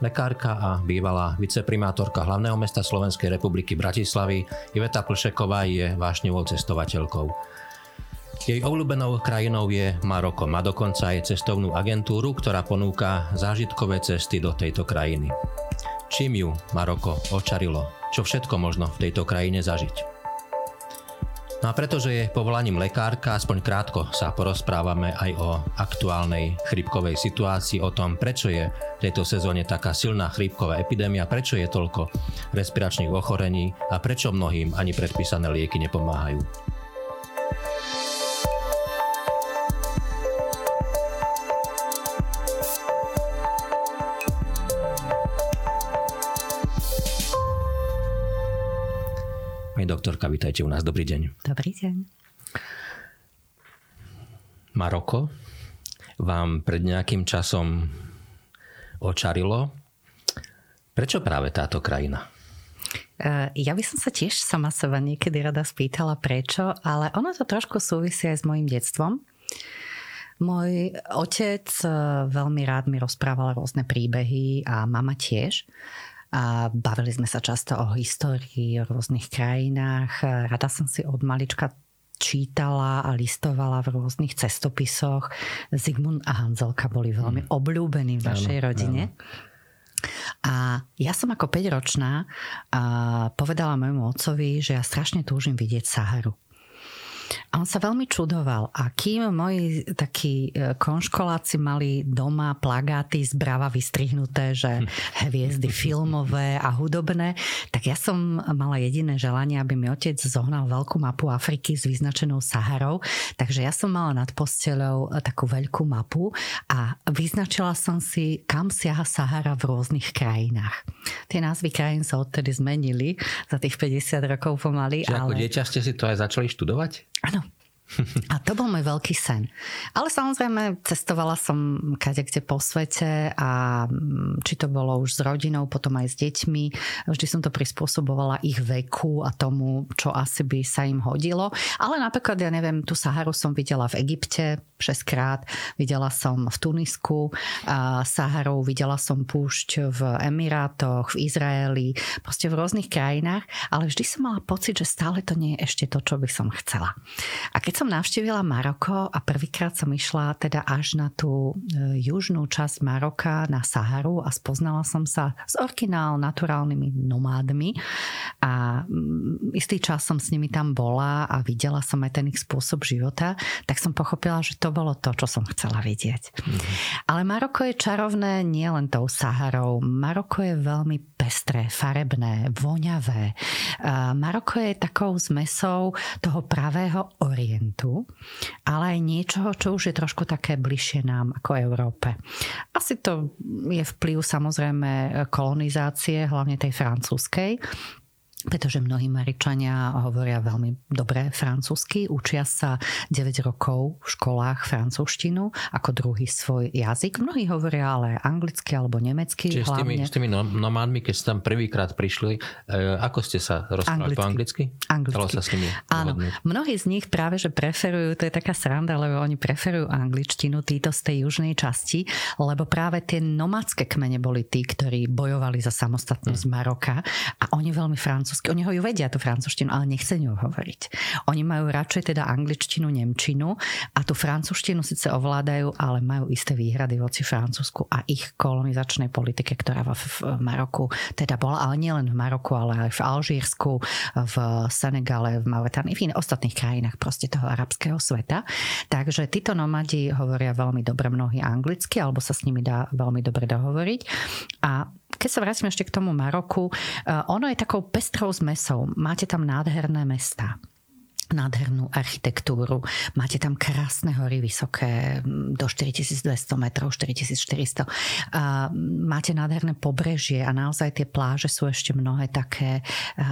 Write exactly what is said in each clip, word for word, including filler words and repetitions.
lekárka a bývalá viceprimátorka hlavného mesta Slovenskej republiky Bratislavy Iveta Plšeková je vášnivou cestovateľkou. Jej obľúbenou krajinou je Maroko. Má dokonca aj cestovnú agentúru, ktorá ponúka zážitkové cesty do tejto krajiny. Čím ju Maroko očarilo? Čo všetko možno v tejto krajine zažiť? No a pretože je povolaním lekárka, aspoň krátko sa porozprávame aj o aktuálnej chrípkovej situácii, o tom, prečo je v tejto sezóne taká silná chrípková epidémia, prečo je toľko respiračných ochorení a prečo mnohým ani predpísané lieky nepomáhajú. Pani doktorka, vítajte u nás. Dobrý deň. Dobrý deň. Maroko vám pred nejakým časom očarilo. Prečo práve táto krajina? Ja by som sa tiež sama seba niekedy rada spýtala prečo, ale ono to trošku súvisí aj s mojím detstvom. Môj otec veľmi rád mi rozprával rôzne príbehy a mama tiež. A bavili sme sa často o histórii, o rôznych krajinách. Rada som si od malička čítala a listovala v rôznych cestopisoch. Zigmund a Hanzelka boli veľmi obľúbení v našej áno, rodine. Áno. A ja som ako päťročná povedala môjmu otcovi, že ja strašne túžim vidieť Saharu. A on sa veľmi čudoval. A kým moji takí konškoláci mali doma plagáty z Brava vystrihnuté, že hviezdy filmové a hudobné, tak ja som mala jediné želanie, aby mi otec zohnal veľkú mapu Afriky s vyznačenou Saharou. Takže ja som mala nad posteľou takú veľkú mapu a vyznačila som si, kam siaha Sahara v rôznych krajinách. Tie názvy krajín sa odtedy zmenili za tých päťdesiat rokov pomaly. Čiže ale... ako dieťa ste si to aj začali študovať? Áno. A to bol môj veľký sen. Ale samozrejme cestovala som kadekde po svete a či to bolo už s rodinou, potom aj s deťmi. Vždy som to prispôsobovala ich veku a tomu, čo asi by sa im hodilo. Ale napríklad, ja neviem, tú Saharu som videla v Egypte šesťkrát, videla som v Tunisku a Saharu, videla som púšť v Emirátoch, v Izraeli, proste v rôznych krajinách, ale vždy som mala pocit, že stále to nie je ešte to, čo by som chcela. A keď som navštívila Maroko a prvýkrát som išla teda až na tú južnú časť Maroka, na Saharu a spoznala som sa s originál naturálnymi nomádmi a istý čas som s nimi tam bola a videla som aj ten ich spôsob života, tak som pochopila, že to bolo to, čo som chcela vidieť. Mm-hmm. Ale Maroko je čarovné nie len tou Saharou. Maroko je veľmi pestré, farebné, voňavé. Maroko je takou zmesou toho pravého orientu, ale aj niečoho, čo už je trošku také bližšie nám ako Európe. Asi to je vplyv samozrejme kolonizácie, hlavne tej francúzskej, pretože mnohí Američania hovoria veľmi dobre francúzsky, učia sa deväť rokov v školách francúzštinu ako druhý svoj jazyk. Mnohí hovoria ale anglicky alebo nemecky. Čiže hlavne. S tými, s tými nomádmi, keď ste tam prvýkrát prišli, e, ako ste sa rozprávali po anglicky? Anglicky. Dalo sa s nimi Áno. Mnohí z nich práve, že preferujú, to je taká sranda, lebo oni preferujú angličtinu, títo z tej južnej časti, lebo práve tie nomádske kmene boli tí, ktorí bojovali za samostatnosť hmm. Maroka a oni veľmi francúzsky. Oni ho ju vedia, tú francúzštinu, ale nechce ňu hovoriť. Oni majú radšej teda angličtinu, nemčinu a tú francúzštinu síce ovládajú, ale majú isté výhrady voči Francúzsku a ich kolonizačnej politike, ktorá v, v Maroku teda bola, ale nielen v Maroku, ale aj v Alžírsku, v Senegale, v Mauretánii, v iných ostatných krajinách proste toho arabského sveta. Takže títo nomadi hovoria veľmi dobre mnohí anglicky, alebo sa s nimi dá veľmi dobre dohovoriť. A keď sa vrátime ešte k tomu Maroku, ono je takou pestrou zmesou. Máte tam nádherné mestá, nádhernú architektúru. Máte tam krásne hory vysoké do štyritisícdvesto metrov, štyritisícštyristo. A máte nádherné pobrežie a naozaj tie pláže sú ešte mnohé také,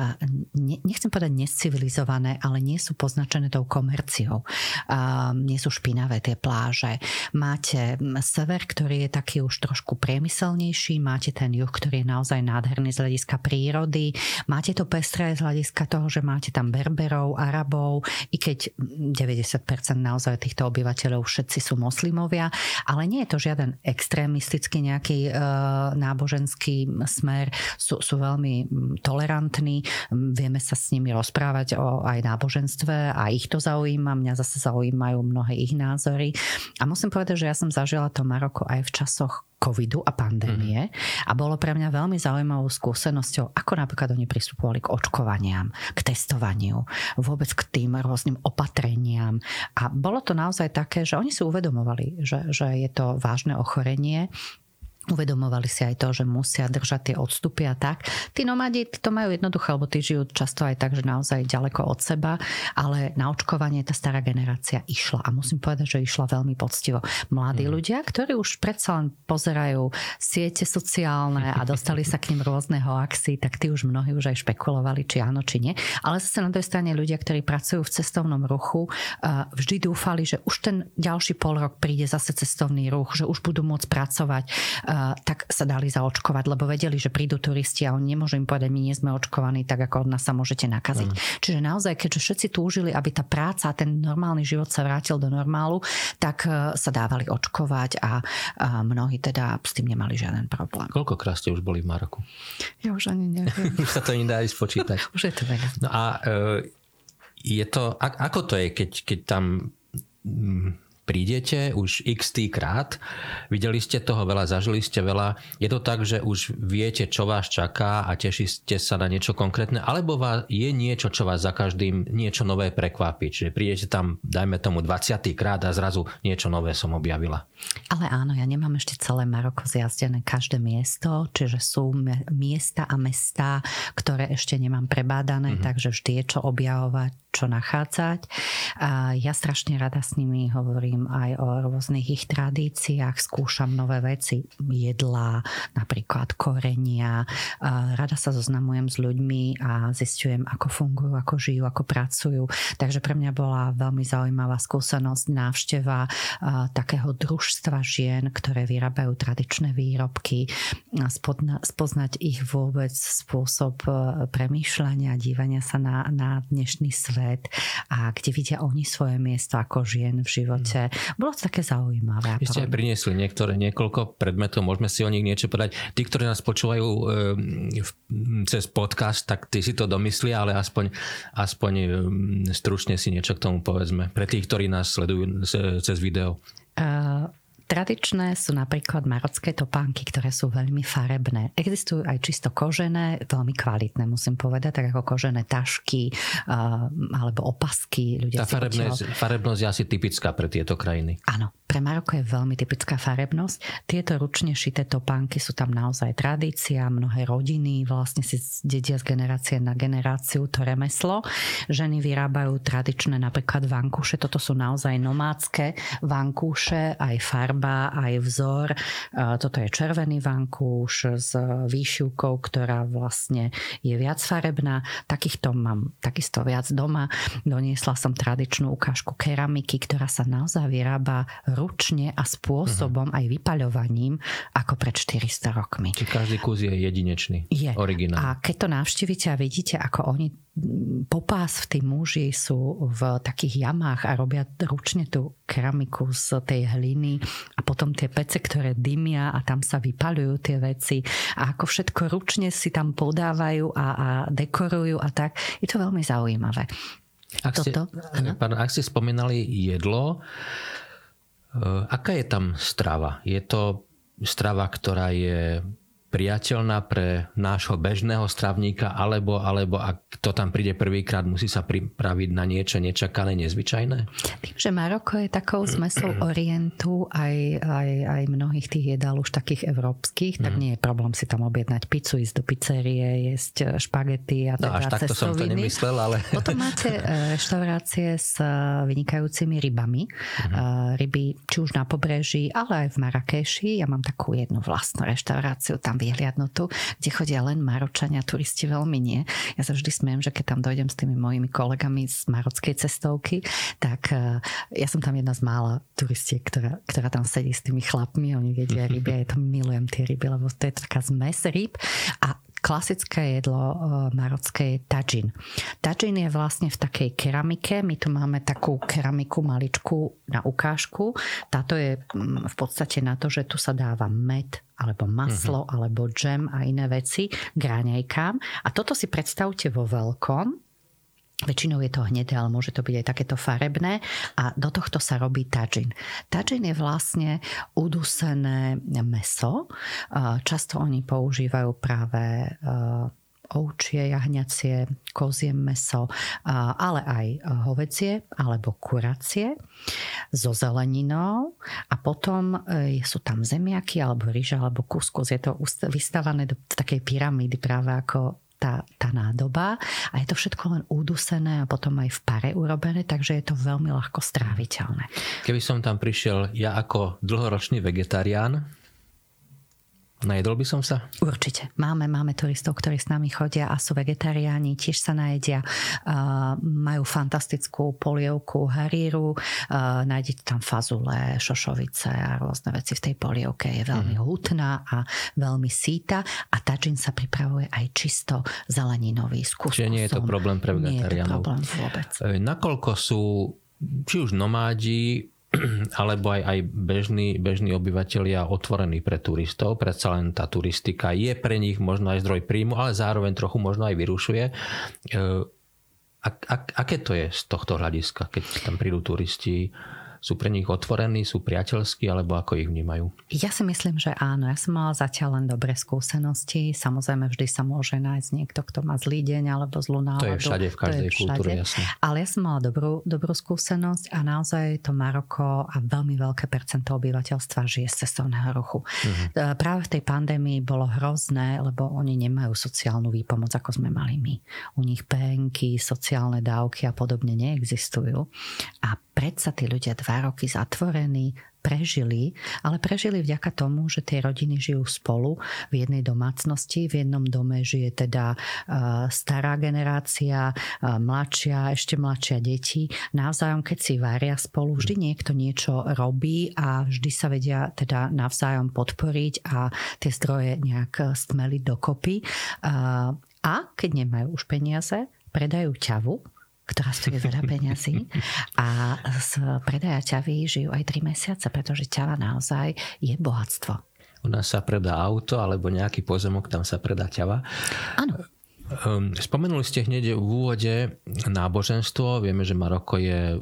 nechcem povedať nescivilizované, ale nie sú poznačené tou komerciou. A nie sú špinavé tie pláže. Máte sever, ktorý je taký už trošku priemyselnejší. Máte ten juh, ktorý je naozaj nádherný z hľadiska prírody. Máte to pestré z hľadiska toho, že máte tam Berberov, Arabov, obyvateľov, i keď deväťdesiat percent naozaj týchto obyvateľov všetci sú moslimovia, ale nie je to žiaden extrémistický nejaký e, náboženský smer, sú, sú veľmi tolerantní, vieme sa s nimi rozprávať o aj náboženstve a ich to zaujíma, mňa zase zaujímajú mnohé ich názory a musím povedať, že ja som zažila to Maroko aj v časoch covidu a pandémie mm. a bolo pre mňa veľmi zaujímavou skúsenosťou, ako napríklad oni pristupovali k očkovaniam, k testovaniu, vôbec k tým rôznym opatreniam a bolo to naozaj také, že oni si uvedomovali, že, že je to vážne ochorenie. Uvedomovali si aj to, že musia držať tie odstupy a tak. Tí nomadi to majú jednoduché, lebo tí žijú často aj tak, že naozaj ďaleko od seba, ale na očkovanie tá stará generácia išla a musím povedať, že išla veľmi poctivo. Mladí mm. ľudia, ktorí už predsa len pozerajú siete sociálne a dostali sa k ním rôzne hoaxy, tak tí už mnohí už aj špekulovali, či áno, či nie. Ale zase na druhej strane ľudia, ktorí pracujú v cestovnom ruchu, vždy dúfali, že už ten ďalší pol rok príde zase cestovný ruch, že už budú môcť pracovať, tak sa dali zaočkovať, lebo vedeli, že prídu turisti a oni nemôžu im povedať, my nie sme očkovaní, tak ako od nás sa môžete nakaziť. Mm. Čiže naozaj, keďže všetci túžili, aby tá práca a ten normálny život sa vrátil do normálu, tak sa dávali očkovať a, a mnohí teda s tým nemali žiaden problém. Koľkokrát ste už boli v Maroku? Ja už ani neviem. Už sa to nedá aj spočítať. Už je to veľa. No a je to, ako to je, keď, keď tam prídete už x tý krát, videli ste toho veľa, zažili ste veľa. Je to tak, že už viete, čo vás čaká a tešíte sa na niečo konkrétne, alebo vás, je niečo, čo vás za každým niečo nové prekvapí. Čiže prídete tam, dajme tomu dvadsiaty krát a zrazu niečo nové som objavila. Ale áno, ja nemám ešte celé Maroko zjazdené každé miesto, čiže sú miesta a mestá, ktoré ešte nemám prebádané, mm-hmm. takže vždy je čo objavovať, čo nachádzať. A ja strašne rada s nimi hovorím aj o rôznych ich tradíciách, skúšam nové veci, jedlá, napríklad korenia. A rada sa zoznamujem s ľuďmi a zistujem, ako fungujú, ako žijú, ako pracujú. Takže pre mňa bola veľmi zaujímavá skúsenosť, návšteva takého družstva žien, ktoré vyrábajú tradičné výrobky, spoznať ich vôbec spôsob premýšľania, dívania sa na, na dnešný svet a kde vidia oni svoje miesto ako žien v živote. Bolo to také zaujímavé. Vy ste aj priniesli niektoré, niekoľko predmetov, môžeme si o nich niečo povedať. Tí, ktorí nás počúvajú e, cez podcast, tak tí si to domyslia, ale aspoň, aspoň e, stručne si niečo k tomu povedzme. Pre tých, ktorí nás sledujú cez video. Uh... Tradičné sú napríklad marocké topánky, ktoré sú veľmi farebné. Existujú aj čisto kožené, veľmi kvalitné, musím povedať, tak ako kožené tašky uh, alebo opasky. Ľudia tá farebnosť, farebnosť je asi typická pre tieto krajiny. Áno, pre Maroko je veľmi typická farebnosť. Tieto ručne šité topánky sú tam naozaj tradícia, mnohé rodiny vlastne si dedia z generácie na generáciu to remeslo. Ženy vyrábajú tradičné napríklad vankúše, toto sú naozaj nomádske vankúše, aj farba, aj vzor. Toto je červený vankúš s výšivkou, ktorá vlastne je viac farebná. Takýchto mám takisto viac doma. Doniesla som tradičnú ukážku keramiky, ktorá sa naozaj vyrába ručne a spôsobom uh-huh. aj vypaľovaním ako pred štyristo rokmi. Čiže každý kus je jedinečný, je. Originál. A keď to navštívite a vidíte, ako oni popás v tí muži sú v takých jamách a robia ručne tú keramiku z tej hliny a potom tie pece, ktoré dymia a tam sa vypaľujú tie veci a ako všetko ručne si tam podávajú a, a dekorujú a tak. Je to veľmi zaujímavé. Ak ste, pardon, ak ste spomínali jedlo, aká je tam strava? Je to strava, ktorá je priateľná pre nášho bežného stravníka, alebo, alebo ak to tam príde prvýkrát, musí sa pripraviť na niečo nečakané, nezvyčajné? Tým, že Maroko je takou zmesou orientu aj, aj, aj mnohých tých jedál už takých európskych, tak mm. nie je problém si tam objednať pizzu, ísť do pizzerie, jesť špagety a teda no, až takto som to nemyslel, ale... Potom máte reštaurácie s vynikajúcimi rybami. Mm. Ryby či už na pobreží, ale aj v Marrakeši. Ja mám takú jednu vlastnú reštauráciu tam vyhliadnutú, kde chodia len Maročania, turisti veľmi nie. Ja sa vždy smiem, že keď tam dojdem s tými mojimi kolegami z marockej cestovky, tak ja som tam jedna z mála turistiek, ktorá, ktorá tam sedí s tými chlapmi, oni jedia ryby a ja to milujem tie ryby, lebo to je taká zmes ryb a klasické jedlo marocké je tadžin. Tadžin je vlastne v takej keramike. My tu máme takú keramiku maličku na ukážku. Táto je v podstate na to, že tu sa dáva med alebo maslo, uh-huh. alebo džem a iné veci k raňajkám. A toto si predstavte vo veľkom. Väčšinou je to hnedé, ale môže to byť aj takéto farebné a do tohto sa robí tadžin. Tadžin je vlastne udusené mäso. Často oni používajú práve ovčie, jahňacie, kozie mäso, ale aj hovädzie alebo kuracie so zeleninou a potom sú tam zemiaky alebo ryža alebo kuskus. Je to vystavané do takej pyramídy práve ako Tá, tá nádoba a je to všetko len udusené a potom aj v pare urobené, takže je to veľmi ľahko stráviteľné. Keby som tam prišiel ja ako dlhoročný vegetarián, najedol by som sa? Určite. Máme, máme turistov, ktorí s nami chodia a sú vegetariáni, tiež sa najedia. Uh, majú fantastickú polievku haríru, uh, nájdete tam fazule, šošovice a rôzne veci v tej polievke. Je veľmi mm. hutná a veľmi síta a tadžin sa pripravuje aj čisto zeleninový s kuskusom. Čiže nie je to problém pre vegetariánov. Nie je to problém vôbec. Nakoľko sú či už nomádi alebo aj, aj bežní, bežní obyvatelia otvorení pre turistov. Predsa len tá turistika je pre nich možno aj zdroj príjmu, ale zároveň trochu možno aj vyrušuje. A, a, aké to je z tohto hľadiska, keď tam prídu turisti? Sú pre nich otvorení, sú priateľskí, alebo ako ich vnímajú? Ja si myslím, že áno. Ja som mala zatiaľ len dobré skúsenosti. Samozrejme, vždy sa môže nájsť niekto, kto má zlý deň alebo zlú náladu. To je všade, v každej kultúre, jasne. Ale ja som mala dobrú, dobrú skúsenosť a naozaj to Maroko a veľmi veľké percento obyvateľstva žije z cestovného ruchu. Mhm. Práve v tej pandémii bolo hrozné, lebo oni nemajú sociálnu výpomoc, ako sme mali my. U nich penky, sociálne dávky a podobne neexistujú. A predsa tí ľudia dva roky zatvorení prežili, ale prežili vďaka tomu, že tie rodiny žijú spolu v jednej domácnosti. V jednom dome žije teda uh, stará generácia, uh, mladšia, ešte mladšia deti. Navzájom, keď si varia spolu, vždy niekto niečo robí a vždy sa vedia teda navzájom podporiť a tie zdroje nejak stmeliť dokopy. Uh, a keď nemajú už peniaze, predajú ťavu, ktorá stojí veľa peňazí a z predaja ťavy žijú aj tri mesiace, pretože ťava naozaj je bohatstvo. U nás sa predá auto alebo nejaký pozemok, tam sa predá ťava. Áno. Spomenuli ste hneď v úvode náboženstvo. Vieme, že Maroko je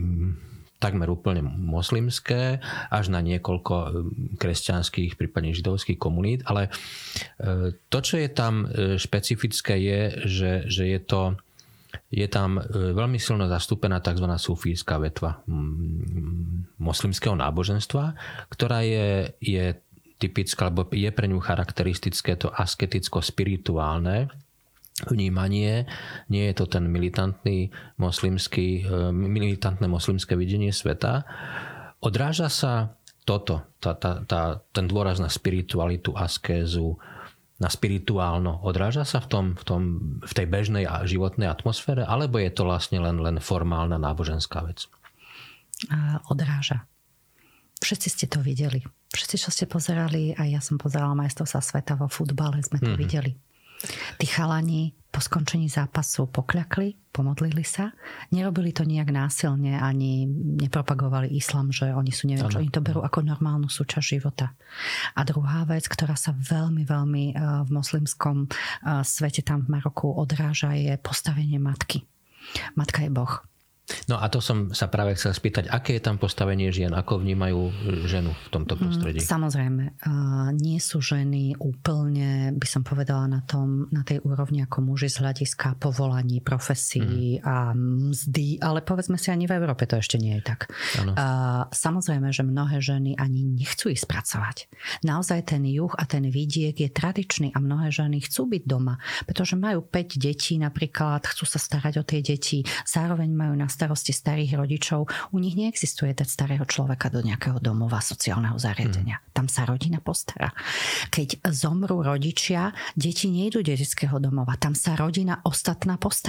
takmer úplne moslimské, až na niekoľko kresťanských, prípadne židovských komunít, ale to, čo je tam špecifické, je, že, že je to je tam veľmi silno zastúpená tzv. Sufijská vetva moslimského náboženstva, ktorá je, je typická, alebo je pre ňu charakteristické to asketicko-spirituálne vnímanie. Nie je to ten militantný moslimský, militantné moslimské videnie sveta. Odráža sa toto, tá, tá, tá, ten dôraz na spiritualitu, askézu, na spirituálno. Odráža sa v, tom, v, tom, v tej bežnej a životnej atmosfére, alebo je to vlastne len, len formálna náboženská vec? Odráža. Všetci ste to videli. Všetci, čo ste pozerali, a ja som pozerala majstrovstvá sveta vo futbale, sme to mm-hmm. videli. Tí chalani po skončení zápasu pokľakli, pomodlili sa. Nerobili to nejak násilne, ani nepropagovali islam, že oni sú neviem čo. Oni to berú ako normálnu súčasť života. A druhá vec, ktorá sa veľmi, veľmi v moslimskom svete tam v Maroku odráža, je postavenie matky. Matka je Boh. No a to som sa práve chcel spýtať, aké je tam postavenie žien, ako vnímajú ženu v tomto prostredí? Samozrejme, nie sú ženy úplne, by som povedala, na tom, na tej úrovni ako muži z hľadiska povolaní, profesí mm. a mzdy, ale povedzme si, ani v Európe to ešte nie je tak. Ano. Samozrejme, že mnohé ženy ani nechcú ísť pracovať. Naozaj ten juh a ten vidiek je tradičný a mnohé ženy chcú byť doma, pretože majú päť detí napríklad, chcú sa starať o tie deti, zároveň majú na starosti starých rodičov. U nich neexistuje dať starého človeka do nejakého domova, sociálneho zariadenia. Mm. Tam sa rodina postará. Keď zomrú rodičia, deti nejdú do detského domova. Tam sa rodina ostatná postará.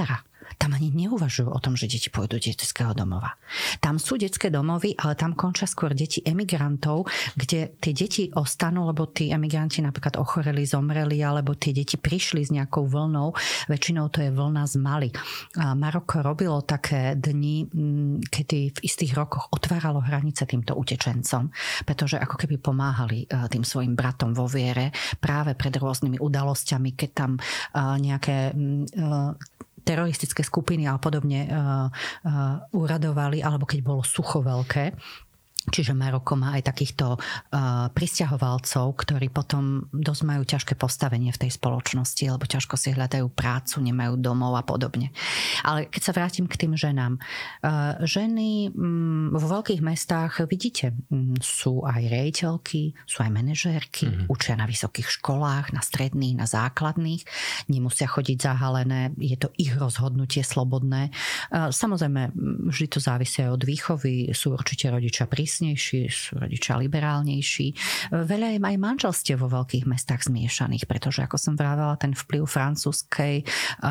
tam ani neuvažujú o tom, že deti pôjdu do detského domova. Tam sú detské domovy, ale tam končia skôr deti emigrantov, kde tie deti ostanú, lebo tí emigranti napríklad ochoreli, zomreli, alebo tie deti prišli s nejakou vlnou. Väčšinou to je vlna z Mali. A Maroko robilo také dni, kedy v istých rokoch otváralo hranice týmto utečencom, pretože ako keby pomáhali tým svojim bratom vo viere práve pred rôznymi udalosťami, keď tam nejaké teroristické skupiny a podobne uh, uh, uradovali, alebo keď bolo sucho veľké. Čiže Maroko má aj takýchto uh, prisťahovalcov, ktorí potom dosť majú ťažké postavenie v tej spoločnosti, lebo ťažko si hľadajú prácu, nemajú domov a podobne. Ale keď sa vrátim k tým ženám. Uh, ženy um, vo veľkých mestách, vidíte, um, sú aj riaditeľky, sú aj manažérky, mm-hmm. učia na vysokých školách, na stredných, na základných, nemusia chodiť zahalené, je to ich rozhodnutie slobodné. Uh, samozrejme, vždy to závisí aj od výchovy, sú určite rodičia prísni, sú rodičia liberálnejší. Veľa je aj manželstiev vo veľkých mestách zmiešaných, pretože ako som vravela, ten vplyv francúzskej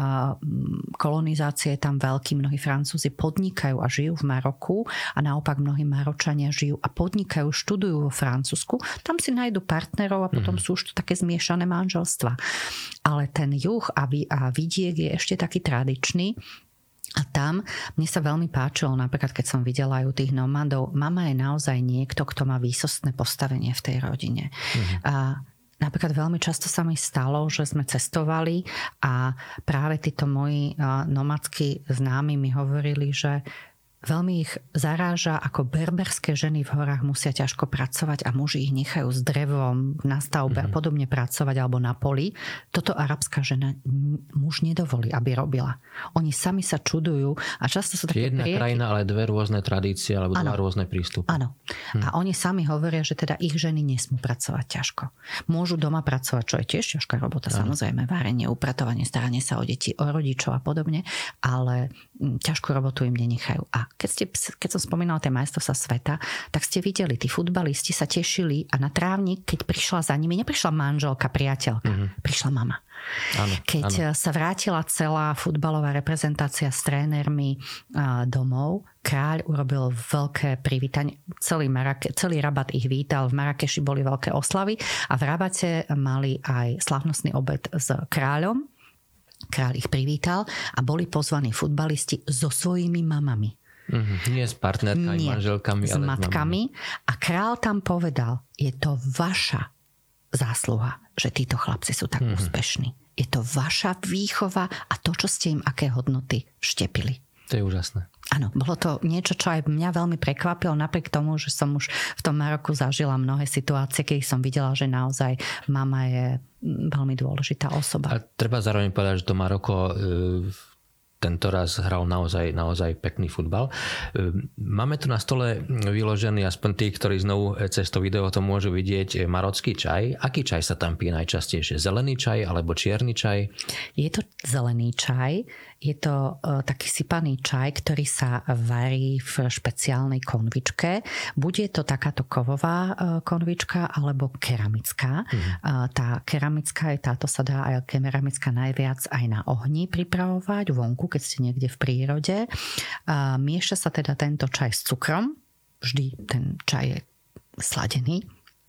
kolonizácie je tam veľký. Mnohí Francúzi podnikajú a žijú v Maroku a naopak mnohí Maročania žijú a podnikajú, študujú vo Francúzsku. Tam si nájdu partnerov a potom mm-hmm. sú už také zmiešané manželstva. Ale ten juh a vidiek je ešte taký tradičný. A tam mne sa veľmi páčilo, napríklad keď som videla aj u tých nomadov, mama je naozaj niekto, kto má výsostné postavenie v tej rodine. Mm-hmm. A napríklad veľmi často sa mi stalo, že sme cestovali a práve títo moji nomadskí známi mi hovorili, že veľmi ich zaráža, ako berberské ženy v horách musia ťažko pracovať a muži ich nechajú s drevom na stavbe mm-hmm. a podobne pracovať alebo na poli. Toto arabská žena muž nedovolí, aby robila. Oni sami sa čudujú a často sú také jedna prieky. krajina, ale dve rôzne tradície alebo ano. dva rôzne prístupy. Áno. Hm. A oni sami hovoria, že teda ich ženy nesmú pracovať ťažko. Môžu doma pracovať, čo je tiež ťažká robota, ano. Samozrejme, varenie, upratovanie, staranie sa o deti, o rodičov a podobne, ale ťažkú robotu im nenechajú. A Keď, ste, keď som spomínala tie majstrovstvá sveta, tak ste videli, tí futbalisti sa tešili a na trávnik, keď prišla za nimi, neprišla manželka, priateľka, mm-hmm. prišla mama. Áno, keď áno. sa vrátila celá futbalová reprezentácia s trénermi a, domov, kráľ urobil veľké privítanie. Celý, Marake, celý Rabat ich vítal. V Marakeši boli veľké oslavy a v Rabate mali aj slávnostný obed s kráľom. Kráľ ich privítal a boli pozvaní futbalisti so svojimi mamami. Mm-hmm. Nie s partnerkami, Nie, manželkami, s ale matkami. S a král tam povedal, je to vaša zásluha, že títo chlapci sú tak mm-hmm. úspešní. Je to vaša výchova a to, čo ste im aké hodnoty vštepili. To je úžasné. Áno, bolo to niečo, čo aj mňa veľmi prekvapilo, napriek tomu, že som už v tom Maroku zažila mnohé situácie, keď som videla, že naozaj mama je veľmi dôležitá osoba. A treba zároveň povedať, že to Maroko tento raz hral naozaj, naozaj pekný futbal. Máme tu na stole vyložený, aspoň tí, ktorí znovu cez to video to môžu vidieť, marocký čaj. Aký čaj sa tam pije najčastejšie? Zelený čaj alebo čierny čaj? Je to zelený čaj. Je to uh, taký sypaný čaj, ktorý sa varí v špeciálnej konvičke. Buď je to takáto kovová uh, konvička, alebo keramická. Mm. Uh, tá keramická, táto sa dá aj keramická najviac aj na ohni pripravovať, vonku, keď ste niekde v prírode. Uh, mieša sa teda tento čaj s cukrom. Vždy ten čaj je sladený.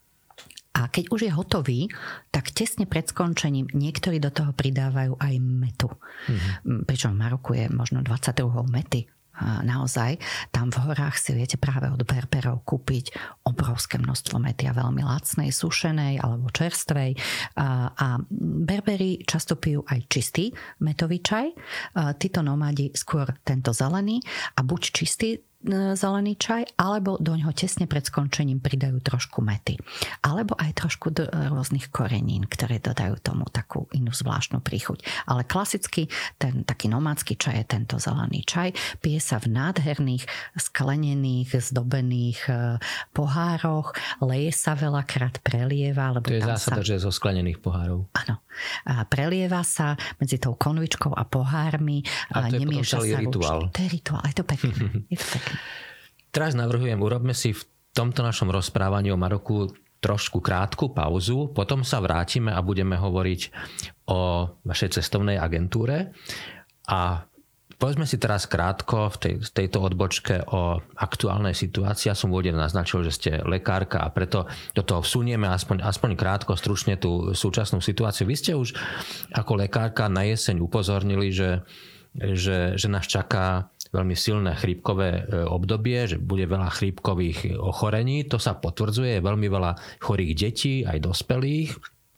A keď už je hotový, tak tesne pred skončením niektorí do toho pridávajú aj metu. Mm-hmm. Pričom v Maroku je možno dvadsať druhov mety. Naozaj, tam v horách si viete práve od Berberov kúpiť obrovské množstvo mety a veľmi lacnej, sušenej alebo čerstvej. A, a Berberi často pijú aj čistý metový čaj. A títo nomádi skôr tento zelený a buď čistý zelený čaj, alebo doňho tesne pred skončením pridajú trošku mety. Alebo aj trošku do rôznych korenín, ktoré dodajú tomu takú inú zvláštnu príchuť. Ale klasicky ten taký nomádsky čaj je tento zelený čaj. Pije sa v nádherných, sklenených, zdobených pohároch. Leje sa veľakrát, prelieva. Lebo to je zásada, sa... že je zo sklenených pohárov. Áno. A prelieva sa medzi tou konvičkou a pohármi. A to je potom celý rituál. To je rituál. Je to pekné. Je to pekné. Teraz navrhujem, urobme si v tomto našom rozprávaní o Maroku trošku krátku pauzu, potom sa vrátime a budeme hovoriť o vašej cestovnej agentúre a Povedzme si teraz krátko v tej, tejto odbočke o aktuálnej situácii. Ja som úvodne naznačil, že ste lekárka a preto do toho vsunieme aspoň, aspoň krátko, stručne tú súčasnú situáciu. Vy ste už ako lekárka na jeseň upozornili, že, že, že nás čaká veľmi silné chrípkové obdobie, že bude veľa chrípkových ochorení. To sa potvrdzuje, je veľmi veľa chorých detí, aj dospelých.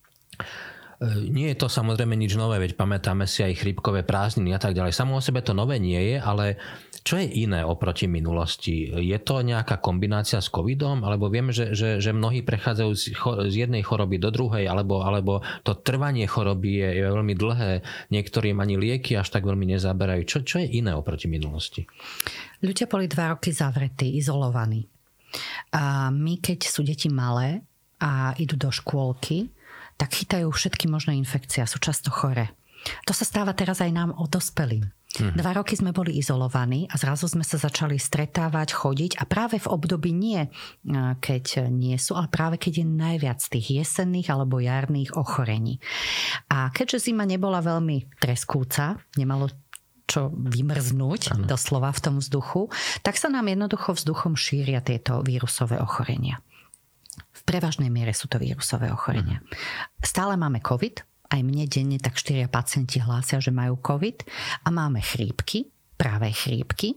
Nie je to samozrejme nič nové, veď pamätáme si aj chrípkové prázdniny a tak ďalej. Samo o sebe to nové nie je, ale čo je iné oproti minulosti? Je to nejaká kombinácia s covidom? Alebo vieme, že, že, že mnohí prechádzajú z, z jednej choroby do druhej, alebo, alebo to trvanie choroby je, je veľmi dlhé. Niektorým ani lieky až tak veľmi nezaberajú. Čo, čo je iné oproti minulosti? Ľudia boli dva roky zavretí, izolovaní. A my, keď sú deti malé a idú do škôlky, tak chytajú všetky možné infekcie a sú často choré. To sa stáva teraz aj nám o dospelým. Hmm. Dva roky sme boli izolovaní a zrazu sme sa začali stretávať, chodiť a práve v období nie, keď nie sú, ale práve keď je najviac tých jesenných alebo jarných ochorení. A keďže zima nebola veľmi treskúca, nemalo čo vymrznúť ano. Doslova v tom vzduchu, tak sa nám jednoducho vzduchom šíria tieto vírusové ochorenia. V prevažnej miere sú to vírusové ochorenia. Stále máme COVID, aj mne denne tak štyria pacienti hlásia, že majú COVID a máme chrípky, práve chrípky,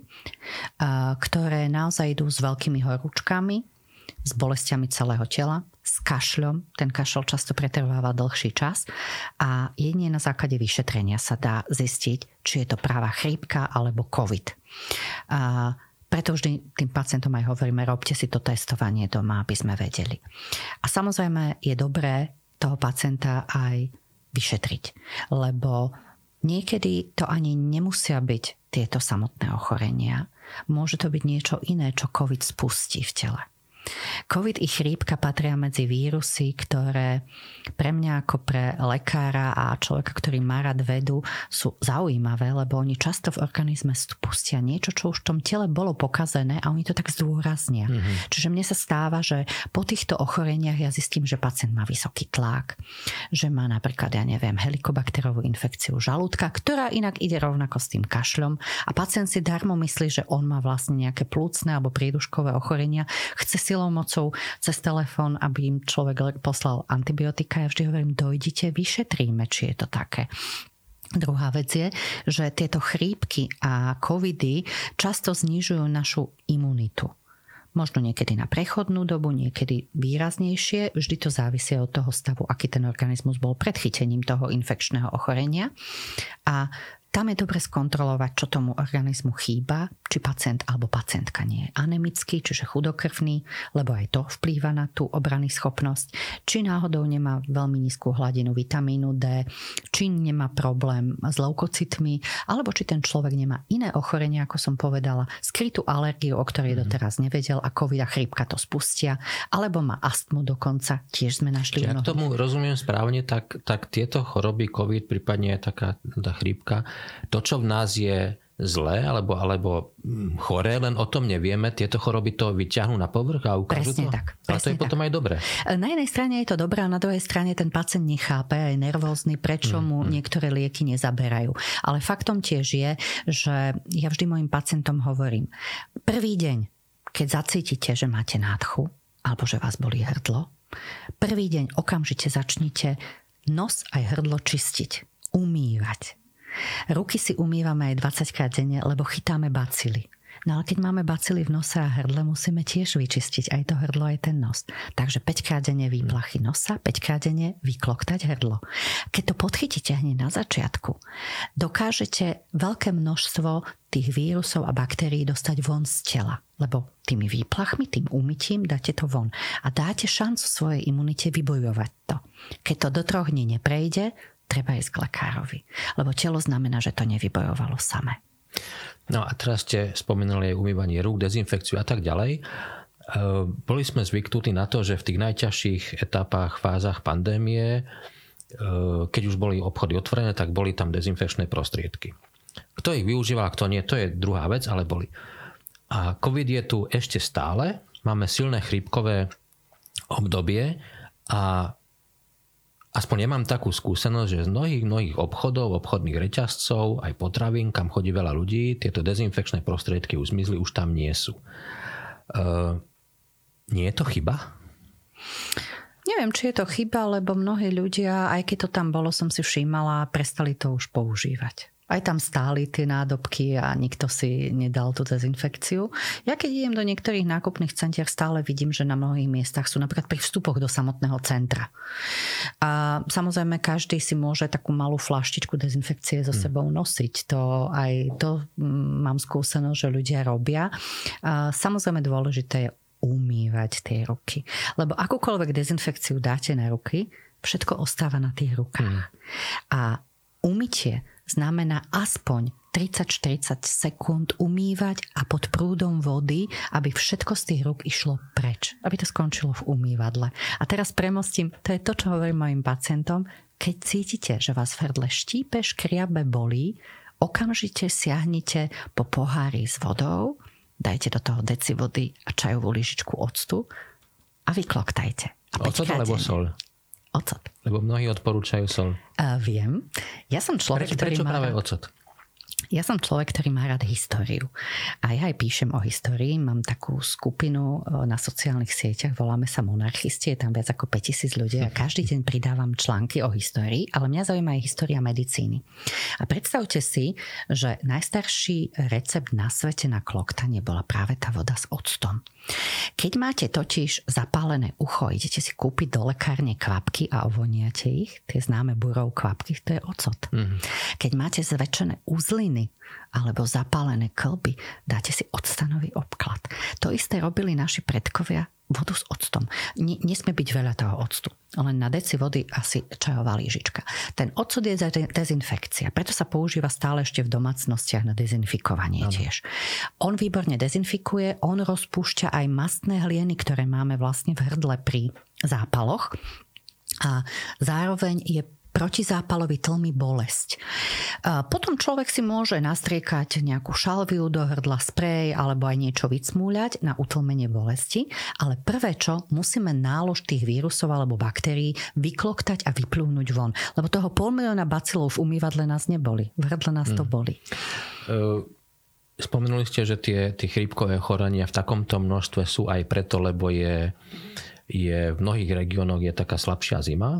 ktoré naozaj idú s veľkými horúčkami, s bolestiami celého tela, s kašľom. Ten kašľ často pretrváva dlhší čas a jedine na základe vyšetrenia sa dá zistiť, či je to práva chrípka alebo COVID. A preto vždy tým pacientom aj hovoríme, robte si to testovanie doma, aby sme vedeli. A samozrejme je dobré toho pacienta aj vyšetriť, lebo niekedy to ani nemusia byť tieto samotné ochorenia. Môže to byť niečo iné, čo COVID spustí v tele. COVID i chrípka patria medzi vírusy, ktoré pre mňa ako pre lekára a človeka, ktorý má rád vedu, sú zaujímavé, lebo oni často v organizme spustia niečo, čo už v tom tele bolo pokazené a oni to tak zdôraznia. Mm-hmm. Čiže mne sa stáva, že po týchto ochoreniach ja zistím, že pacient má vysoký tlak, že má napríklad, ja neviem, helikobakterovú infekciu žalúdka, ktorá inak ide rovnako s tým kašľom a pacient si darmo myslí, že on má vlastne nejaké plúcne alebo príduškové ochorenia, chce si mocou cez telefón, aby im človek poslal antibiotika. Ja vždy hovorím, dojdite, vyšetríme, či je to také. Druhá vec je, že tieto chrípky a covidy často znižujú našu imunitu. Možno niekedy na prechodnú dobu, niekedy výraznejšie. Vždy to závisí od toho stavu, aký ten organizmus bol pred chytením toho infekčného ochorenia. A tam je dobre skontrolovať, čo tomu organizmu chýba, či pacient alebo pacientka nie je anemický, čiže chudokrvný, lebo aj to vplýva na tú obrannú schopnosť, či náhodou nemá veľmi nízku hladinu vitamínu D, či nemá problém s leukocitmi, alebo či ten človek nemá iné ochorenie, ako som povedala, skrytú alergiu, o ktorej doteraz nevedel a COVID a chrípka to spustia, alebo má astmu dokonca, tiež sme našli. Čiže ak tomu rozumiem správne, tak, tak tieto choroby COVID, prípadne taká tá chrípka, to, čo v nás je zlé alebo, alebo choré, len o tom nevieme, tieto choroby to vyťahnú na povrch a ukážu presne to? Tak, ale to je tak. Potom aj dobré. Na jednej strane je to dobré a na druhej strane ten pacient nechápe, aj nervózny, prečo mu mm, niektoré lieky nezaberajú. Ale faktom tiež je, že ja vždy mojim pacientom hovorím, prvý deň, keď zacítite, že máte nádchu alebo že vás bolí hrdlo, prvý deň okamžite začnite nos aj hrdlo čistiť, umývať. Ruky si umývame aj dvadsaťkrát denne, lebo chytáme bacily. No ale keď máme bacily v nose a hrdle, musíme tiež vyčistiť aj to hrdlo, aj ten nos. Takže päťkrát denne výplachy nosa, päťkrát denne vykloktať hrdlo. Keď to podchytíte hneď na začiatku, dokážete veľké množstvo tých vírusov a baktérií dostať von z tela. Lebo tými výplachmi, tým umytím dáte to von. A dáte šancu svojej imunite vybojovať to. Keď to do troch dní neprejde, treba ísť k lekárovi. Lebo telo znamená, že to nevybojovalo samé. No a teraz ste spomenuli aj umývanie rúk, dezinfekciu a tak ďalej. Boli sme zvyknutí na to, že v tých najťažších etapách, fázach pandémie, keď už boli obchody otvorené, tak boli tam dezinfekčné prostriedky. Kto ich využíval, kto nie, to je druhá vec, ale boli. A COVID je tu ešte stále. Máme silné chrípkové obdobie a aspoň ja mám takú skúsenosť, že z mnohých, mnohých obchodov, obchodných reťazcov, aj potravín, kam chodí veľa ľudí, tieto dezinfekčné prostriedky už zmizli, už tam nie sú. Uh, nie je to chyba? Neviem, či je to chyba, lebo mnohí ľudia, aj keď to tam bolo, som si všímala, prestali to už používať. Aj tam stáli tie nádobky a nikto si nedal tú dezinfekciu. Ja keď idem do niektorých nákupných centier, stále vidím, že na mnohých miestach sú napríklad pri vstupoch do samotného centra. A samozrejme, každý si môže takú malú flaštičku dezinfekcie so sebou nosiť. To aj to mám skúsenosť, že ľudia robia. A samozrejme dôležité je umývať tie ruky. Lebo akúkoľvek dezinfekciu dáte na ruky, všetko ostáva na tých rukách. A umytie znamená aspoň tridsať štyridsať sekúnd umývať a pod prúdom vody, aby všetko z tých rúk išlo preč. Aby to skončilo v umývadle. A teraz premostím, to je to, čo hovorím mojim pacientom. Keď cítite, že vás v hrdle štípe, škriabe, bolí, okamžite siahnite po pohári s vodou, dajte do toho deci vody a čajovú lyžičku octu a vykloktajte. A ocot alebo sol? Ocot. Lebo mnohí odporúčajú sol. Uh, viem. Ja som človek, Prečo, prečo ktorý má práve rád... ocot? Ja som človek, ktorý má rád históriu. A ja aj píšem o histórii. Mám takú skupinu na sociálnych sieťach, voláme sa Monarchisti, je tam viac ako päťtisíc ľudí a každý deň pridávam články o histórii, ale mňa zaujíma aj história medicíny. A predstavte si, že najstarší recept na svete na kloktanie bola práve tá voda s octom. Keď máte totiž zapálené ucho, idete si kúpiť do lekárne kvapky a ovoniate ich, tie známe burov kvapky, to je ocot. Mm-hmm. Keď máte zväčšené uzliny alebo zapálené kĺby, dáte si octanový obklad. To isté robili naši predkovia, vodu s octom. N- nesmie byť veľa toho octu. Len na deci vody asi čajová lyžička. Ten ocot je dezinfekcia. Preto sa používa stále ešte v domácnostiach na dezinfikovanie ano. Tiež. On výborne dezinfikuje, on rozpúšťa aj mastné hlieny, ktoré máme vlastne v hrdle pri zápaloch. A zároveň je protizápalový tlmi bolesť. A potom človek si môže nastriekať nejakú šalviu do hrdla, sprej alebo aj niečo vycmúľať na utlmenie bolesti, ale prvé čo, musíme nálož tých vírusov alebo baktérií vykloktať a vyplúnuť von. Lebo toho pol milióna bacilov v umývadle nás neboli. V hrdle nás to boli. Uh, spomenuli ste, že tie, tie chrípkové ochorenia v takomto množstve sú aj preto, lebo je, je v mnohých regiónoch je taká slabšia zima.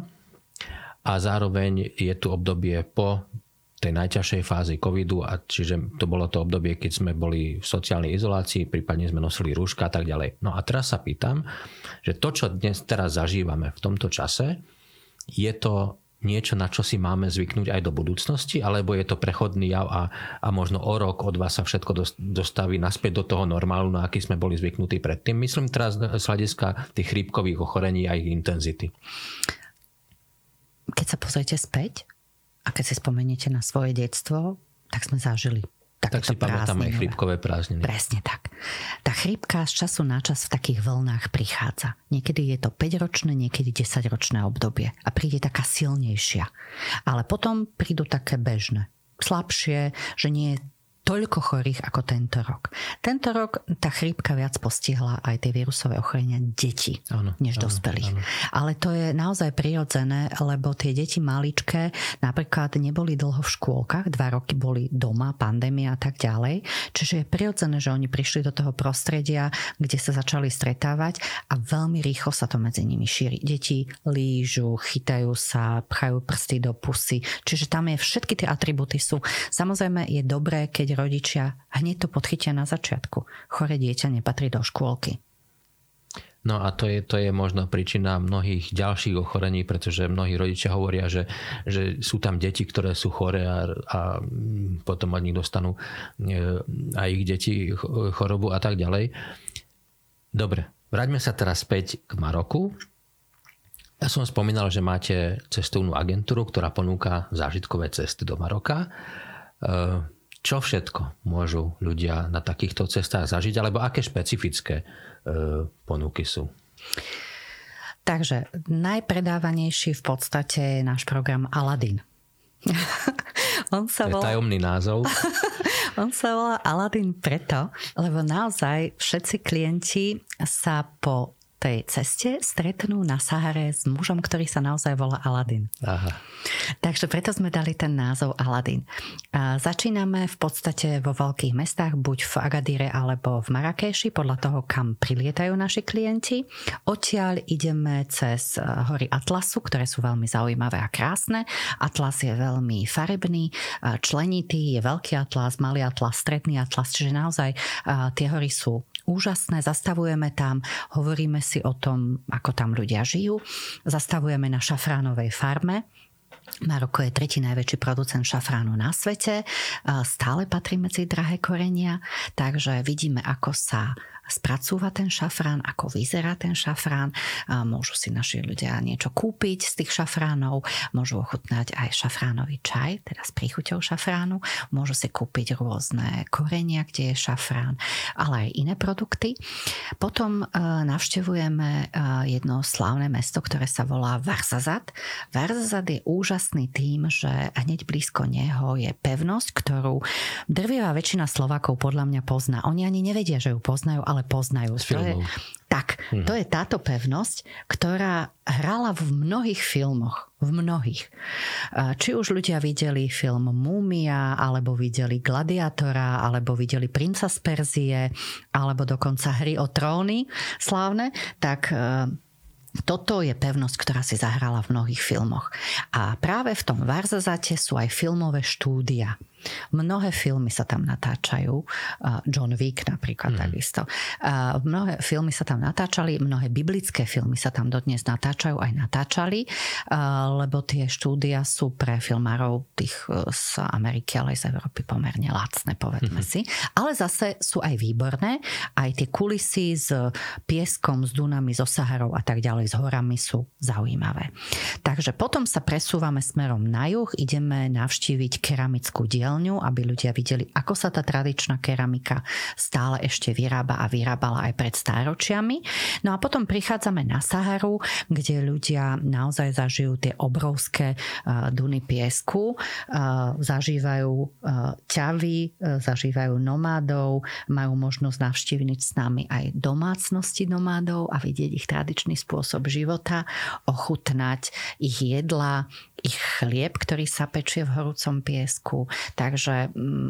A zároveň je tu obdobie po tej najťažšej fázi covidu, a čiže to bolo to obdobie, keď sme boli v sociálnej izolácii, prípadne sme nosili rúška a tak ďalej. No a teraz sa pýtam, že to, čo dnes teraz zažívame v tomto čase, je to niečo, na čo si máme zvyknúť aj do budúcnosti, alebo je to prechodný jav a, a možno o rok, o dva sa všetko dostaví naspäť do toho normálu, na aký sme boli zvyknutí predtým. Myslím teraz z hľadiska tých chrípkových ochorení a ich intenzity. Keď sa pozriete späť a keď si spomeniete na svoje detstvo, tak sme zažili tak si pamätám aj chrípkové prázdniny. Presne tak. Tá chrípka z času na čas v takých vlnách prichádza. Niekedy je to päťročné, niekedy desaťročné obdobie a príde taká silnejšia. Ale potom prídu také bežné, slabšie, že nie je toľko chorých ako tento rok. Tento rok tá chrípka viac postihla aj tie vírusové ochorenia detí, áno, než áno, dospelých. Áno. Ale to je naozaj prirodzené, lebo tie deti maličké napríklad neboli dlho v škôlkach, dva roky boli doma, pandémia a tak ďalej. Čiže je prirodzené, že oni prišli do toho prostredia, kde sa začali stretávať a veľmi rýchlo sa to medzi nimi šíri. Deti lížu, chytajú sa, pchajú prsty do pusy. Čiže tam je všetky tie atribúty sú. Samozrejme je dobré, keď rodičia hneď to podchytia na začiatku. Choré dieťa nepatrí do škôlky. No a to je, to je možno príčina mnohých ďalších ochorení, pretože mnohí rodičia hovoria, že, že sú tam deti, ktoré sú choré a, a potom od nich dostanú aj ich deti chorobu a tak ďalej. Dobre, vráťme sa teraz späť k Maroku. Ja som spomínal, že máte cestovnú agentúru, ktorá ponúka zážitkové cesty do Maroka. Čo všetko môžu ľudia na takýchto cestách zažiť, alebo aké špecifické e, ponuky sú? Takže najpredávanejší v podstate je náš program Aladin. On sa volá... To je tajomný názov. On sa volá Aladin preto, lebo naozaj všetci klienti sa po tej ceste stretnú na Sahare s mužom, ktorý sa naozaj volá Aladín. Aha. Takže preto sme dali ten názov Aladín. A začíname v podstate vo veľkých mestách, buď v Agadíre alebo v Marrakeši, podľa toho, kam prilietajú naši klienti. Odtiaľ ideme cez hory Atlasu, ktoré sú veľmi zaujímavé a krásne. Atlas je veľmi farebný, členitý, je veľký atlas, malý atlas, stredný atlas, čiže naozaj tie hory sú úžasné, zastavujeme tam, hovoríme si o tom, ako tam ľudia žijú, zastavujeme na šafránovej farme. Maroko je tretí najväčší producent šafránu na svete, stále patrí medzi drahé korenia, takže vidíme, ako sa spracúva ten šafrán, ako vyzerá ten šafrán. Môžu si naši ľudia niečo kúpiť z tých šafránov, môžu ochutnať aj šafránový čaj, teda s príchuťou šafránu, môžu si kúpiť rôzne korenia, kde je šafrán, ale aj iné produkty. Potom navštevujeme jedno slávne mesto, ktoré sa volá Varzazat. Varzazat je úžasný tým, že hneď blízko neho je pevnosť, ktorú drvivá väčšina Slovákov podľa mňa pozná. Oni ani nevedia, že ju poznajú, ale poznajú. To je, tak, hmm. to je táto pevnosť, ktorá hrala v mnohých filmoch. V mnohých. Či už ľudia videli film Múmia, alebo videli Gladiátora, alebo videli Princa z Perzie, alebo dokonca Hry o tróny slávne, tak toto je pevnosť, ktorá si zahrala v mnohých filmoch. A práve v tom Varzazate sú aj filmové štúdia. Mnohé filmy sa tam natáčajú. John Wick napríklad mm. takisto. Mnohé filmy sa tam natáčali, mnohé biblické filmy sa tam dodnes natáčajú, aj natáčali, lebo tie štúdia sú pre filmárov tých z Ameriky, ale aj z Európy pomerne lacné, povedzme mm. si. Ale zase sú aj výborné. Aj tie kulisy s pieskom, s dunami, so Saharou a tak ďalej, s horami sú zaujímavé. Takže potom sa presúvame smerom na juh, ideme navštíviť keramickú dielňu, aby ľudia videli, ako sa tá tradičná keramika stále ešte vyrába a vyrábala aj pred stáročiami. No a potom prichádzame na Saharu, kde ľudia naozaj zažijú tie obrovské uh, duny piesku, uh, zažívajú uh, ťavy, uh, zažívajú nomádov, majú možnosť navštíviť s nami aj domácnosti nomádov a vidieť ich tradičný spôsob života, ochutnať ich jedla, ich chlieb, ktorý sa pečie v horúcom piesku. Takže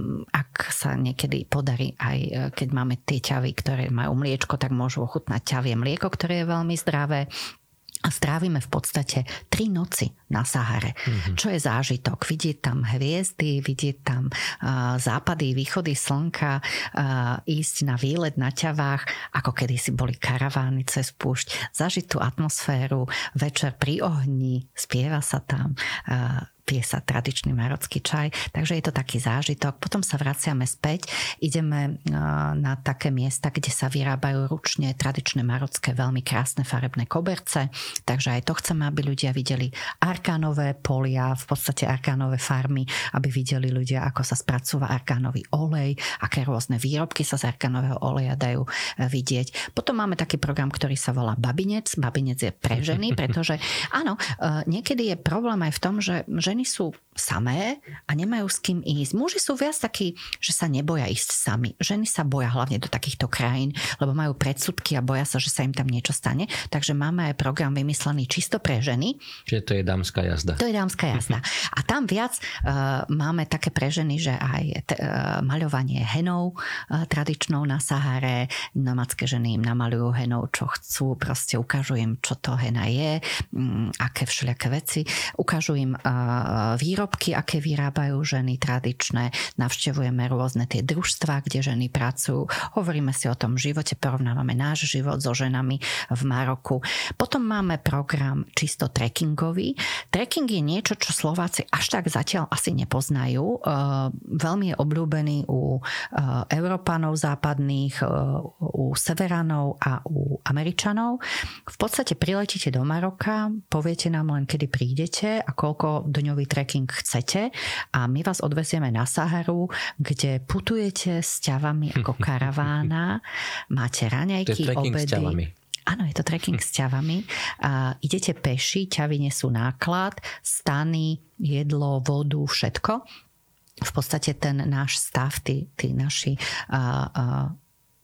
ak sa niekedy podarí, aj keď máme tie ťavy, ktoré majú mliečko, tak môžu ochutnať ťavie mlieko, ktoré je veľmi zdravé. A strávime v podstate tri noci na Sahare. Mm-hmm. Čo je zážitok? Vidieť tam hviezdy, vidieť tam uh, západy, východy slnka, uh, ísť na výlet na ťavách, ako kedysi boli karavány cez púšť, zažiť tú atmosféru, večer pri ohni, spieva sa tam, uh, pije sa tradičný marocký čaj, takže je to taký zážitok. Potom sa vraciame späť, ideme na také miesta, kde sa vyrábajú ručne tradičné marocké, veľmi krásne farebné koberce, takže aj to chceme, aby ľudia videli arkánové polia, v podstate arkánové farmy, aby videli ľudia, ako sa spracúva arkánový olej, aké rôzne výrobky sa z arkánového oleja dajú vidieť. Potom máme taký program, ktorý sa volá Babinec. Babinec je pre ženy, pretože áno, niekedy je problém aj v tom, že ženy sú samé a nemajú s kým ísť. Muži sú viac takí, že sa neboja ísť sami. Ženy sa boja hlavne do takýchto krajín, lebo majú predsudky a boja sa, že sa im tam niečo stane. Takže máme aj program vymyslený čisto pre ženy. Čiže to je dámska jazda. To je dámska jazda. A tam viac uh, máme také pre ženy, že aj t- uh, maľovanie henou uh, tradičnou na Sahare. Nomadské ženy im namalujú henou, čo chcú. Proste ukážu im, čo to hena je, um, aké všelijaké veci. Ukážu im uh, výrobky, aké vyrábajú ženy tradičné. Navštevujeme rôzne tie družstvá, kde ženy pracujú. Hovoríme si o tom živote, porovnávame náš život so ženami v Maroku. Potom máme program čisto trekkingový. Trekking je niečo, čo Slováci až tak zatiaľ asi nepoznajú. Veľmi je obľúbený u Európanov západných, u Severanov a u Američanov. V podstate priletíte do Maroka, poviete nám len, kedy prídete a koľko dňový trekking chcete a my vás odvezieme na Saharu, kde putujete s ťavami ako karavána, máte raňajky, obedy. Áno, je to trekking s ťavami. A idete peši, ťavy nesú náklad, stany, jedlo, vodu, všetko. V podstate ten náš stav, tí, tí naši a, a,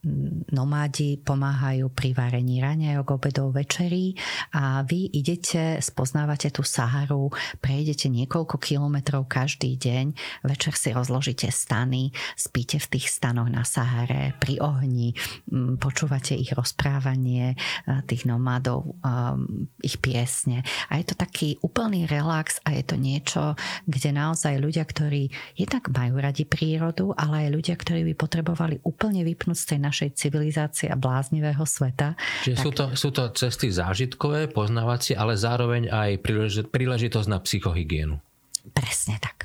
nomádi pomáhajú pri varení raňajok, obedov, večerí a vy idete, spoznávate tú Saharu, prejdete niekoľko kilometrov každý deň, večer si rozložíte stany, spíte v tých stanoch na Sahare, pri ohni, počúvate ich rozprávanie, tých nomádov, ich piesne. A je to taký úplný relax a je to niečo, kde naozaj ľudia, ktorí jednak majú radi prírodu, ale aj ľudia, ktorí by potrebovali úplne vypnúť z tej našej civilizácie a bláznivého sveta. Čiže tak... sú, to, sú to cesty zážitkové, poznávacie, ale zároveň aj príležitosť na psychohygienu. Presne tak.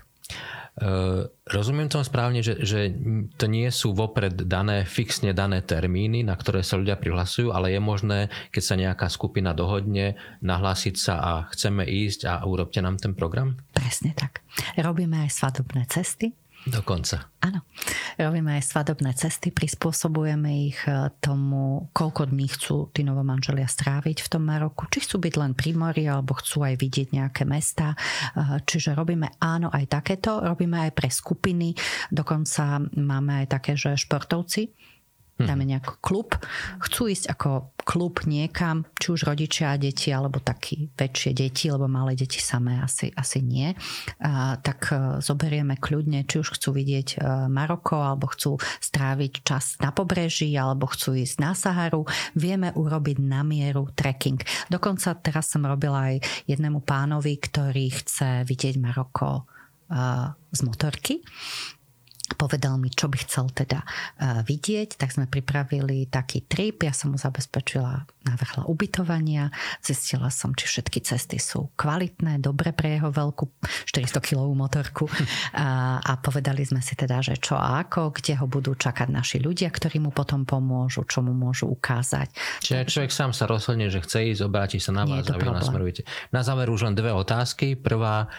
Uh, rozumiem tomu správne, že, že to nie sú vopred dané, fixne dané termíny, na ktoré sa ľudia prihlasujú, ale je možné, keď sa nejaká skupina dohodne, nahlásiť sa a chceme ísť a urobte nám ten program? Presne tak. Robíme aj svadobné cesty. Dokonca. Áno. Robíme aj svadobné cesty, prispôsobujeme ich tomu, koľko dní chcú tí novomanželia stráviť v tom Maroku. Či chcú byť len pri mori, alebo chcú aj vidieť nejaké mestá. Čiže robíme áno aj takéto, robíme aj pre skupiny. Dokonca máme aj také, že športovci, dáme nejaký klub, chcú ísť ako klub niekam, či už rodičia a deti, alebo takí väčšie deti, lebo malé deti samé asi, asi nie, a, tak zoberieme kľudne, či už chcú vidieť Maroko, alebo chcú stráviť čas na pobreží, alebo chcú ísť na Saharu. Vieme urobiť na mieru trekking. Dokonca teraz som robila aj jednému pánovi, ktorý chce vidieť Maroko a, z motorky. Povedal mi, čo by chcel teda uh, vidieť, tak sme pripravili taký trip, ja som mu zabezpečila, navrhla ubytovania, zistila som, či všetky cesty sú kvalitné, dobre pre jeho veľkú štyristokilovú motorku a, a povedali sme si teda, že čo a ako, kde ho budú čakať naši ľudia, ktorí mu potom pomôžu, čo mu môžu ukázať. Čiže človek sám sa rozhodne, že chce ísť, obráti sa na vás a vy nasmerujete. Na záver už len dve otázky. Prvá,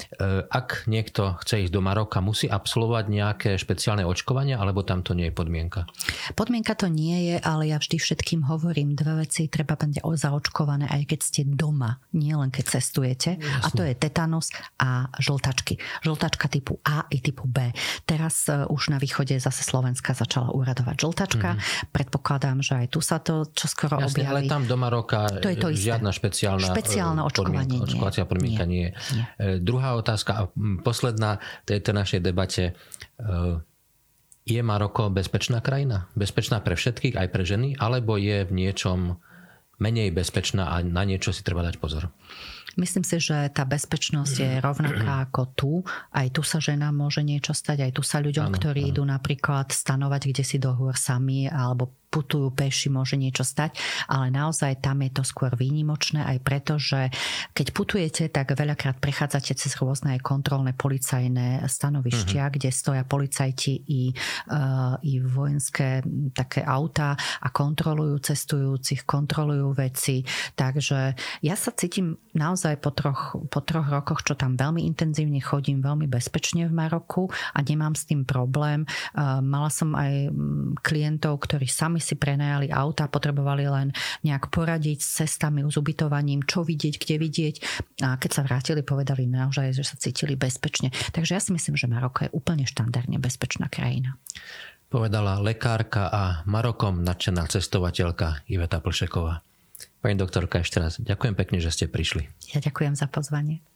ak niekto chce ísť do Maroka, musí absolvovať nejaké špeciálne očkovania, alebo tam to nie je podmienka? Podmienka to nie je, ale ja vždy všetkým hovorím dve veci, treba byť zaočkované aj keď ste doma, nie len keď cestujete. Jasne. A to je tetanus a žltačky. Žltačka typu A i typu B. Teraz už na východe zase Slovenska začala úradovať žltačka. Mm-hmm. Predpokladám, že aj tu sa to čoskoro Jasne, objaví. Ale tam do Maroka to je to žiadna špeciálna špeciálne očkovanie podmienka, očkovacia podmienka nie. nie. nie. Druhá otázka, posledná tejto našej debate. Je Maroko bezpečná krajina? Bezpečná pre všetkých, aj pre ženy? Alebo je v niečom menej bezpečná a na niečo si treba dať pozor? Myslím si, že tá bezpečnosť je rovnaká ako tu. Aj tu sa žena môže niečo stať, aj tu sa ľuďom, ano, ktorí ano. idú napríklad stanovať kde si do hôr sami alebo putujú peši, môže niečo stať, ale naozaj tam je to skôr výnimočné aj preto, že keď putujete, tak veľakrát prechádzate cez rôzne aj kontrolné policajné stanovištia, uh-huh. kde stoja policajti i, uh, i vojenské také autá a kontrolujú cestujúcich, kontrolujú veci. Takže ja sa cítim naozaj po troch, po troch rokoch, čo tam veľmi intenzívne chodím, veľmi bezpečne v Maroku a nemám s tým problém. Uh, mala som aj klientov, ktorí sami si prenajali auta, potrebovali len nejak poradiť s cestami, s ubytovaním, čo vidieť, kde vidieť. A keď sa vrátili, povedali naozaj, že sa cítili bezpečne. Takže ja si myslím, že Maroko je úplne štandardne bezpečná krajina. Povedala lekárka a Marokom nadšená cestovateľka Iveta Plšeková. Pani doktorka, ešte raz ďakujem pekne, že ste prišli. Ja ďakujem za pozvanie.